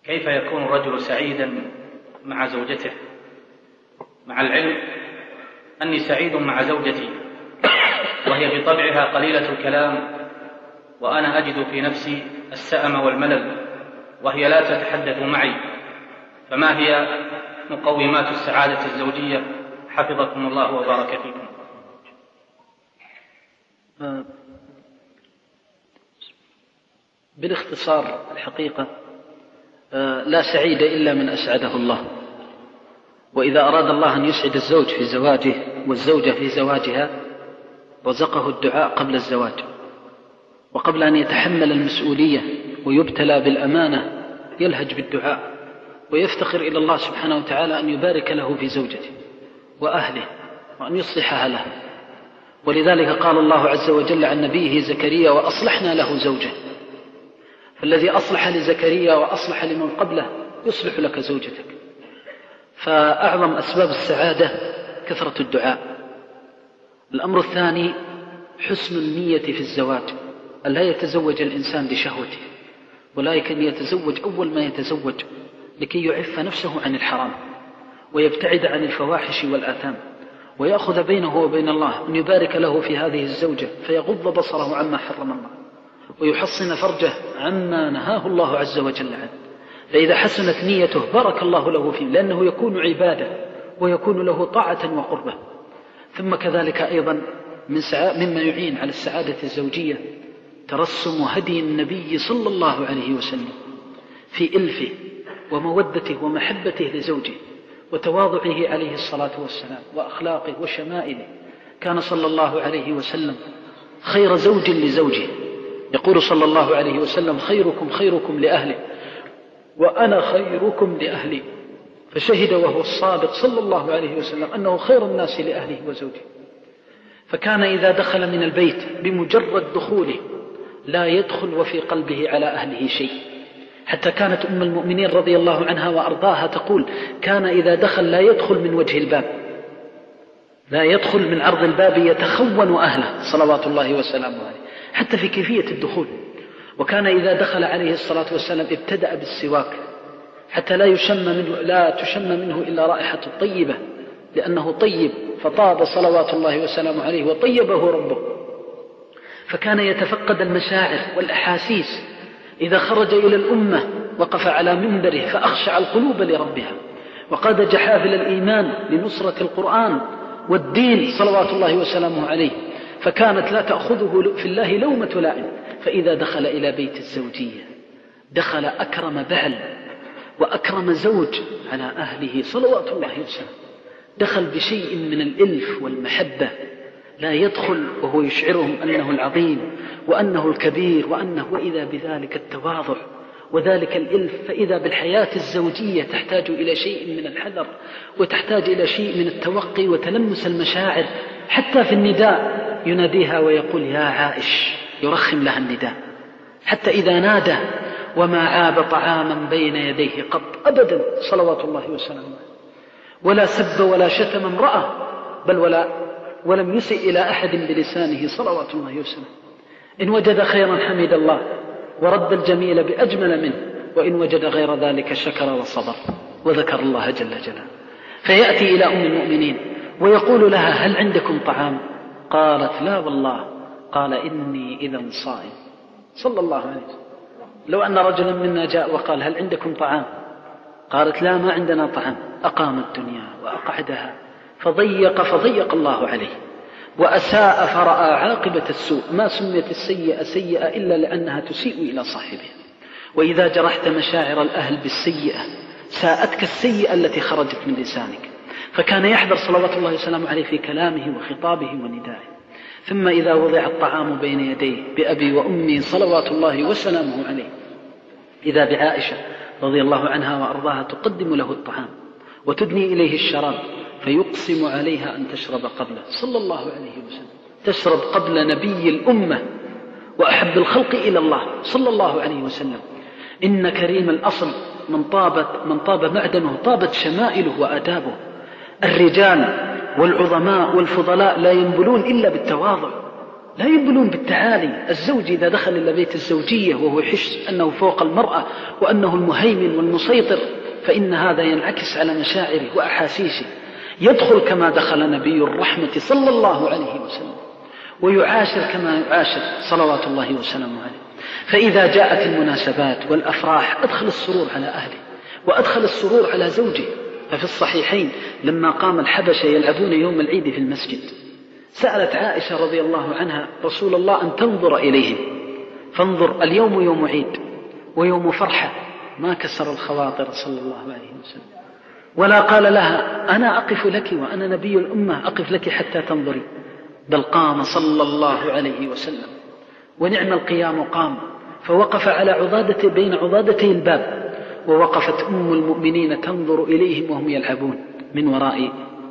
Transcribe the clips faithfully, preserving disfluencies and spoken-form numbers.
كيف يكون الرجل سعيدا مع زوجته مع العلم أني سعيد مع زوجتي وهي بطبعها قليلة الكلام وأنا أجد في نفسي السأم والملل وهي لا تتحدث معي؟ فما هي مقومات السعادة الزوجية حفظكم الله وبارك فيكم؟ بالاختصار الحقيقة لا سعيد إلا من أسعده الله، وإذا أراد الله أن يسعد الزوج في زواجه والزوجة في زواجها رزقه الدعاء قبل الزواج، وقبل أن يتحمل المسؤولية ويبتلى بالأمانة يلهج بالدعاء ويفتقر إلى الله سبحانه وتعالى أن يبارك له في زوجته وأهله وأن يصلحها له. ولذلك قال الله عز وجل عن نبيه زكريا: وأصلحنا له زوجه. فالذي أصلح لزكريا وأصلح لمن قبله يصلح لك زوجتك. فأعظم أسباب السعادة كثرة الدعاء. الأمر الثاني حسن النية في الزواج، ألا يتزوج الإنسان لشهوته، ولكن يتزوج أول ما يتزوج لكي يعف نفسه عن الحرام ويبتعد عن الفواحش والآثام، ويأخذ بينه وبين الله أن يبارك له في هذه الزوجة فيغض بصره عما حرم الله ويحصن فرجه عما نهاه الله عز وجل عنه. فإذا حسنت نيته بارك الله له فيه، لأنه يكون عبادة ويكون له طاعة وقربة. ثم كذلك أيضا من مما يعين على السعادة الزوجية ترسم هدي النبي صلى الله عليه وسلم في إلفه ومودته ومحبته لزوجه وتواضعه عليه الصلاة والسلام وأخلاقه وشمائله. كان صلى الله عليه وسلم خير زوج لزوجه، يقول صلى الله عليه وسلم: خيركم خيركم لأهله وأنا خيركم لأهلي. فشهد وهو الصادق صلى الله عليه وسلم أنه خير الناس لأهله وزوجه. فكان إذا دخل من البيت بمجرد دخوله لا يدخل وفي قلبه على أهله شيء، حتى كانت أم المؤمنين رضي الله عنها وأرضاها تقول: كان إذا دخل لا يدخل من وجه الباب، لا يدخل من عرض الباب، يتخون أهله صلوات الله وسلامه عليه، حتى في كيفية الدخول. وكان إذا دخل عليه الصلاة والسلام ابتدأ بالسواك حتى لا يشم منه لا تشم منه إلا رائحة الطيبة، لأنه طيب فطاب صلوات الله وسلامه عليه وطيبه ربه. فكان يتفقد المشاعر والأحاسيس. إذا خرج إلى الأمة وقف على منبره فأخشع القلوب لربها، وقاد جحافل الإيمان لنصرة القرآن والدين صلوات الله وسلامه عليه. فكانت لا تأخذه في الله لومة لائم. فإذا دخل إلى بيت الزوجية دخل أكرم بعل وأكرم زوج على أهله صلوات الله وسلامه، دخل بشيء من الإلف والمحبة، لا يدخل وهو يشعرهم أنه العظيم وأنه الكبير وأنه، وإذا بذلك التواضع وذلك الإلف. فإذا بالحياة الزوجية تحتاج إلى شيء من الحذر وتحتاج إلى شيء من التوقي وتلمس المشاعر. حتى في النداء يناديها ويقول: يا عائش، يرخم لها النداء. حتى إذا نادى وما عاب طعاما بين يديه قط أبدا صلوات الله وسلامه، ولا سب ولا شتم امرأة، بل ولا ولم يسئ إلى أحد بلسانه صلوات الله وسلامه. إن وجد خيرا حمد الله ورد الجميل بأجمل منه، وإن وجد غير ذلك شكر وصبر وذكر الله جل جلاله. فيأتي إلى أم المؤمنين ويقول لها: هل عندكم طعام؟ قالت: لا والله. قال: إني إذا صائم صلى الله عليه وسلم. لو أن رجلا منا جاء وقال: هل عندكم طعام؟ قالت: لا، ما عندنا طعام. أقام الدنيا وأقعدها، فضيق فضيق الله عليه، وأساء فرأى عاقبة السوء. ما سميت السيئة سيئة إلا لأنها تسيء إلى صاحبها. وإذا جرحت مشاعر الأهل بالسيئة ساءتك السيئة التي خرجت من لسانك. فكان يحذر صلوات الله وسلامه عليه في كلامه وخطابه وندائه. ثم إذا وضع الطعام بين يديه بأبي وأمي صلوات الله وسلامه عليه، إذا بعائشة رضي الله عنها وأرضاها تقدم له الطعام وتدني إليه الشراب، فيقسم عليها أن تشرب قبله صلى الله عليه وسلم، تشرب قبل نبي الأمة وأحب الخلق إلى الله صلى الله عليه وسلم. إن كريم الأصل من طابت من طاب معدنه طابت شمائله وآدابه. الرجال والعظماء والفضلاء لا ينبلون إلا بالتواضع، لا ينبلون بالتعالي. الزوج إذا دخل إلى بيت الزوجية وهو يحس أنه فوق المرأة وأنه المهيمن والمسيطر، فإن هذا ينعكس على مشاعره وأحاسيسه. يدخل كما دخل نبي الرحمة صلى الله عليه وسلم، ويعاشر كما يعاشر صلوات الله وسلامه عليه. فإذا جاءت المناسبات والأفراح أدخل السرور على أهله وأدخل السرور على زوجه. ففي الصحيحين لما قام الحبشة يلعبون يوم العيد في المسجد، سألت عائشة رضي الله عنها رسول الله أن تنظر إليهم، فانظر اليوم يوم عيد ويوم فرحة، ما كسر الخواطر صلى الله عليه وسلم، ولا قال لها أنا أقف لك وأنا نبي الأمة أقف لك حتى تنظري، بل قام صلى الله عليه وسلم، ونعم القيام قام، فوقف على عضادة بين عضادتي الباب، ووقفت أم المؤمنين تنظر إليهم وهم يلعبون من وراء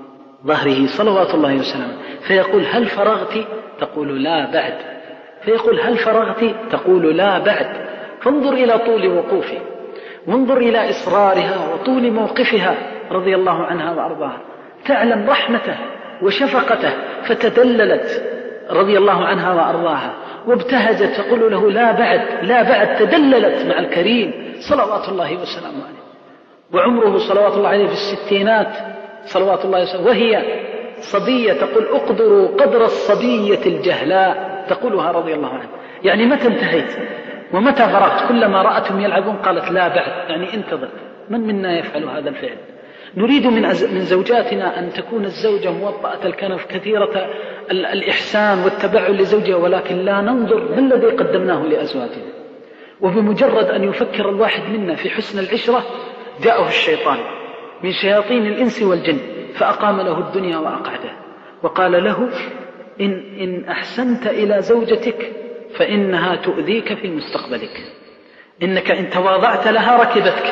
ظهره صلوات الله وسلامه، فيقول هل فرغت؟ تقول لا بعد، فيقول هل فرغت؟ تقول لا بعد. فانظر إلى طول وقوفه، وانظر إلى إصرارها وطول موقفها رضي الله عنها وأرضاها، تعلم رحمته وشفقته، فتدللت رضي الله عنها وأرضاها وابتهجت تقول له لا بعد لا بعد، تدللت مع الكريم صلوات الله وسلامه عليه، وعمره صلوات الله عليه في الستينات صلوات الله وسلامه، وهي صبية تقول اقدروا قدر الصبية الجهلاء، تقولها رضي الله عنها. يعني متى انتهيت ومتى فرغت؟ كلما رأتهم يلعبون قالت لا بعد، يعني انتظر. من منا يفعل هذا الفعل؟ نريد من من زوجاتنا أن تكون الزوجة موطأة الكنف كثيرة الإحسان والتبعل لزوجها، ولكن لا ننظر ما الذي قدمناه لأزواجنا. وبمجرد أن يفكر الواحد منا في حسن العشرة جاءه الشيطان من شياطين الإنس والجن فأقام له الدنيا وأقعده، وقال له إن, إن أحسنت إلى زوجتك فإنها تؤذيك في مستقبلك، إنك إن تواضعت لها ركبتك،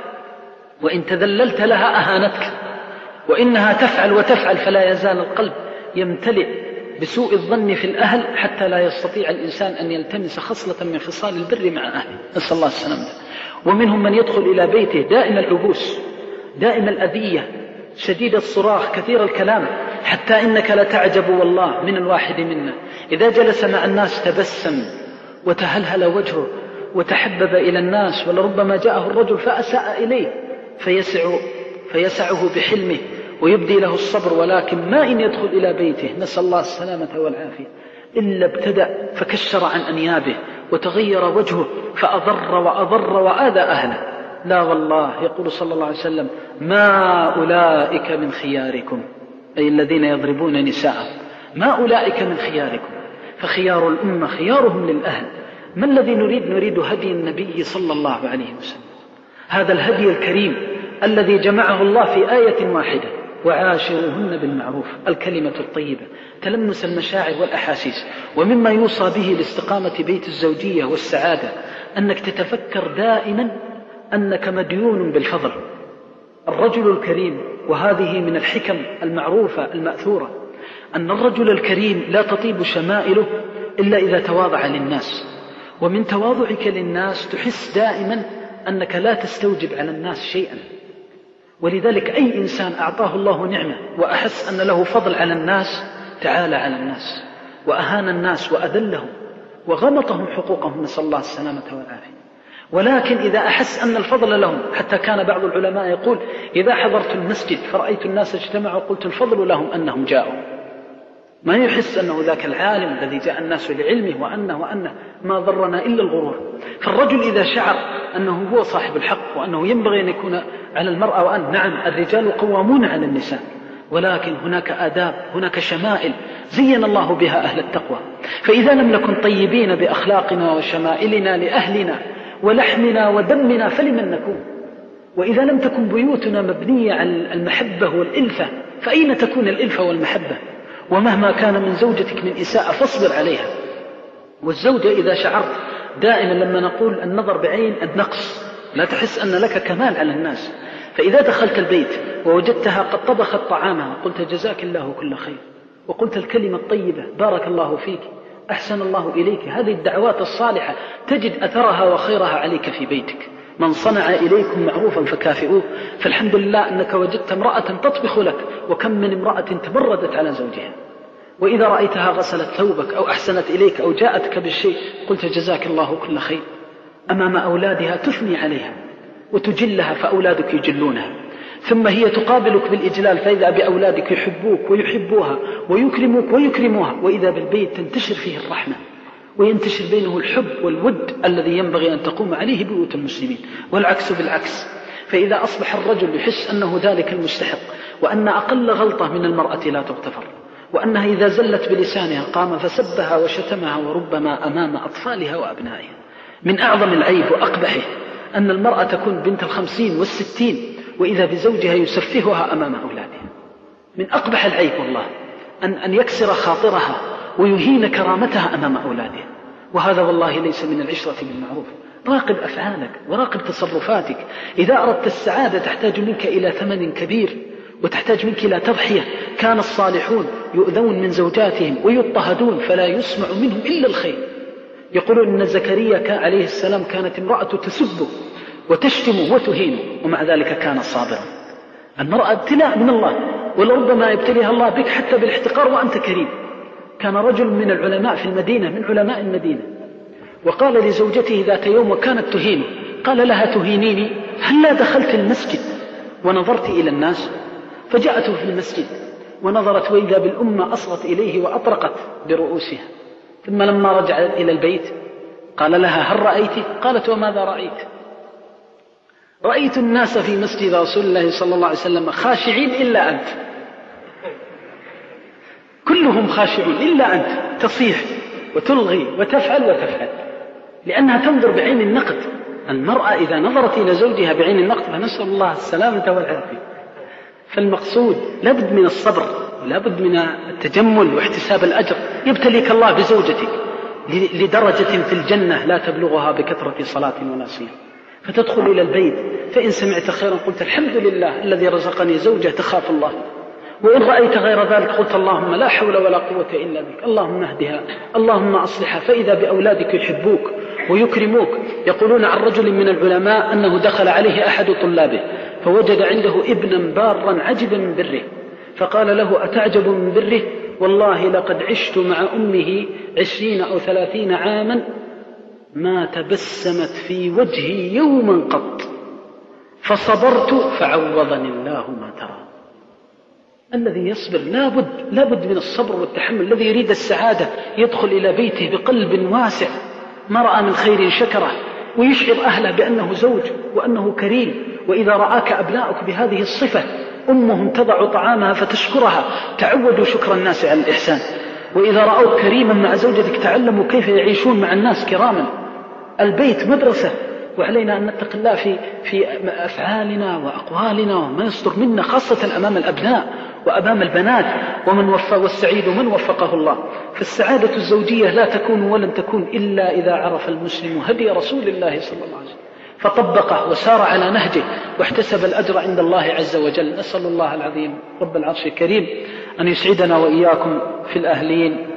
وإن تذللت لها أهانتك، وإنها تفعل وتفعل، فلا يزال القلب يمتلئ بسوء الظن في الأهل حتى لا يستطيع الإنسان أن يلتمس خصلة من خصال البر مع أهله، نسأل الله السلامة. ومنهم من يدخل إلى بيته دائم العبوس، دائم الأذية، شديد الصراخ، كثير الكلام، حتى إنك لتعجب والله من الواحد منا إذا جلس مع الناس تبسم وتهلهل وجهه وتحبب إلى الناس، ولربما جاءه الرجل فأساء إليه فيسع فيسعه بحلمه ويبدي له الصبر، ولكن ما إن يدخل إلى بيته نسأل الله السلامة والعافية إلا ابتدأ فكشر عن أنيابه وتغير وجهه فأضر وأضر وآذى أهله. لا والله، يقول صلى الله عليه وسلم ما أولئك من خياركم، أي الذين يضربون نساءهم، ما أولئك من خياركم، فخيار الأمة خيارهم للأهل. ما الذي نريد؟ نريد هدي النبي صلى الله عليه وسلم، هذا الهدي الكريم الذي جمعه الله في آية واحدة وعاشروهن بالمعروف، الكلمة الطيبة، تلمس المشاعر والأحاسيس. ومما يوصى به لاستقامة بيت الزوجية والسعادة أنك تتفكر دائما أنك مديون بالفضل. الرجل الكريم، وهذه من الحكم المعروفة المأثورة، أن الرجل الكريم لا تطيب شمائله إلا إذا تواضع للناس، ومن تواضعك للناس تحس دائما أنك لا تستوجب على الناس شيئا. ولذلك أي إنسان أعطاه الله نعمة وأحس أن له فضل على الناس تعالى على الناس وأهان الناس وأذلهم وغمطهم حقوقهم، نسأل الله السلامة والعافية. ولكن إذا أحس أن الفضل لهم، حتى كان بعض العلماء يقول إذا حضرت المسجد فرأيت الناس اجتمعوا قلت الفضل لهم أنهم جاءوا، ما يحس أنه ذاك العالم الذي جاء الناس لعلمه وأنه وأنه ما ضرنا إلا الغرور. فالرجل إذا شعر أنه هو صاحب الحق وأنه ينبغي أن يكون على المرأة، وأن نعم الرجال قوامون على النساء، ولكن هناك آداب، هناك شمائل زين الله بها أهل التقوى. فإذا لم نكن طيبين بأخلاقنا وشمائلنا لأهلنا ولحمنا ودمنا فلمن نكون؟ وإذا لم تكن بيوتنا مبنية على المحبة والإلفة فأين تكون الإلفة والمحبة؟ ومهما كان من زوجتك من إساءة فاصبر عليها. والزوجة إذا شعرت دائما لما نقول النظر بعين النقص، لا تحس أن لك كمال على الناس، فإذا دخلت البيت ووجدتها قد طبخت طعامها قلت جزاك الله كل خير، وقلت الكلمة الطيبة بارك الله فيك، أحسن الله إليك، هذه الدعوات الصالحة تجد أثرها وخيرها عليك في بيتك. من صنع إليكم معروفا فكافئوه، فالحمد لله أنك وجدت امرأة تطبخ لك، وكم من امرأة تمردت على زوجها وإذا رأيتها غسلت ثوبك أو أحسنت إليك أو جاءتك بالشيء قلت جزاك الله كل خير. أمام أولادها تثني عليها وتجلها فأولادك يجلونها، ثم هي تقابلك بالإجلال فإذا بأولادك يحبوك ويحبوها ويكرموك ويكرموها، وإذا بالبيت تنتشر فيه الرحمة وينتشر بينه الحب والود الذي ينبغي أن تقوم عليه بيوت المسلمين، والعكس بالعكس. فإذا أصبح الرجل يحس أنه ذلك المستحق، وأن أقل غلطة من المرأة لا تغتفر، وأنها إذا زلت بلسانها قام فسبها وشتمها وربما أمام أطفالها وأبنائها. من أعظم العيب وأقبحه أن المرأة تكون بنت الخمسين والستين وإذا بزوجها يسفهها أمام أولادها. من أقبح العيب والله أن, أن يكسر خاطرها ويهين كرامتها أمام أولادها، وهذا والله ليس من العشرة بالمعروف. راقب أفعالك وراقب تصرفاتك. إذا أردت السعادة تحتاج منك إلى ثمن كبير وتحتاج منك إلى تضحية. كان الصالحون يؤذون من زوجاتهم ويضطهدون فلا يسمع منهم إلا الخير. يقولون أن زكريا عليه السلام كانت امرأة تسبه وتشتمه وتهينه ومع ذلك كان صابرا. المرأة ابتلاء من الله، ولربما يبتليها الله بك حتى بالاحتقار وأنت كريم. كان رجل من العلماء في المدينة من علماء المدينة وقال لزوجته ذات يوم وكانت تهينه، قال لها تهينيني؟ هل لا دخلت المسجد ونظرت إلى الناس؟ فجاءته في المسجد ونظرت وإذا بالأمة أصغت إليه وأطرقت برؤوسها. ثم لما رجعت إلى البيت قال لها هل رأيت؟ قالت وماذا رأيت؟ رأيت الناس في مسجد رسول الله صلى الله عليه وسلم خاشعين إلا أنت، كلهم خاشعون إلا أنت، تصيح وتلغي وتفعل وتفعل، لأنها تنظر بعين النقد. المرأة إذا نظرت إلى زوجها بعين النقد فنسأل الله السلامة والعافية. فالمقصود لابد من الصبر ولابد من التجمل واحتساب الأجر. يبتليك الله بزوجتك لدرجة في الجنة لا تبلغها بكثرة صلاة ولا صيام، فتدخل إلى البيت فإن سمعت خيرا قلت الحمد لله الذي رزقني زوجة تخاف الله، وإن رأيت غير ذلك قلت اللهم لا حول ولا قوة إلا بك، اللهم اهدها اللهم أصلحها. فإذا بأولادك يحبوك ويكرموك. يقولون عن رجل من العلماء أنه دخل عليه أحد طلابه فوجد عنده ابنا بارا عجبا من بره، فقال له أتعجب من بره؟ والله لقد عشت مع أمه عشرين أو ثلاثين عاما ما تبسمت في وجهي يوما قط، فصبرت فعوضني الله ما ترى. الذي يصبر لابد لابد من الصبر والتحمل. الذي يريد السعادة يدخل إلى بيته بقلب واسع، ما رأى من خير شكره، ويشعر أهله بأنه زوج وأنه كريم. وإذا رآك أبناؤك بهذه الصفة أمهم تضع طعامها فتشكرها، تعودوا شكر الناس على الإحسان. وإذا رأوك كريما مع زوجتك تعلموا كيف يعيشون مع الناس كراما. البيت مدرسة، وعلينا أن نتقي الله في, في أفعالنا وأقوالنا وما يصدر منا، خاصة أمام الأبناء وأمام البنات. ومن وفى والسعيد من وفقه الله. فالسعادة الزوجية لا تكون ولن تكون إلا إذا عرف المسلم هدي رسول الله صلى الله عليه وسلم فطبقه وسار على نهجه واحتسب الأجر عند الله عز وجل. نسأل الله العظيم رب العرش الكريم أن يسعدنا وإياكم في الأهلين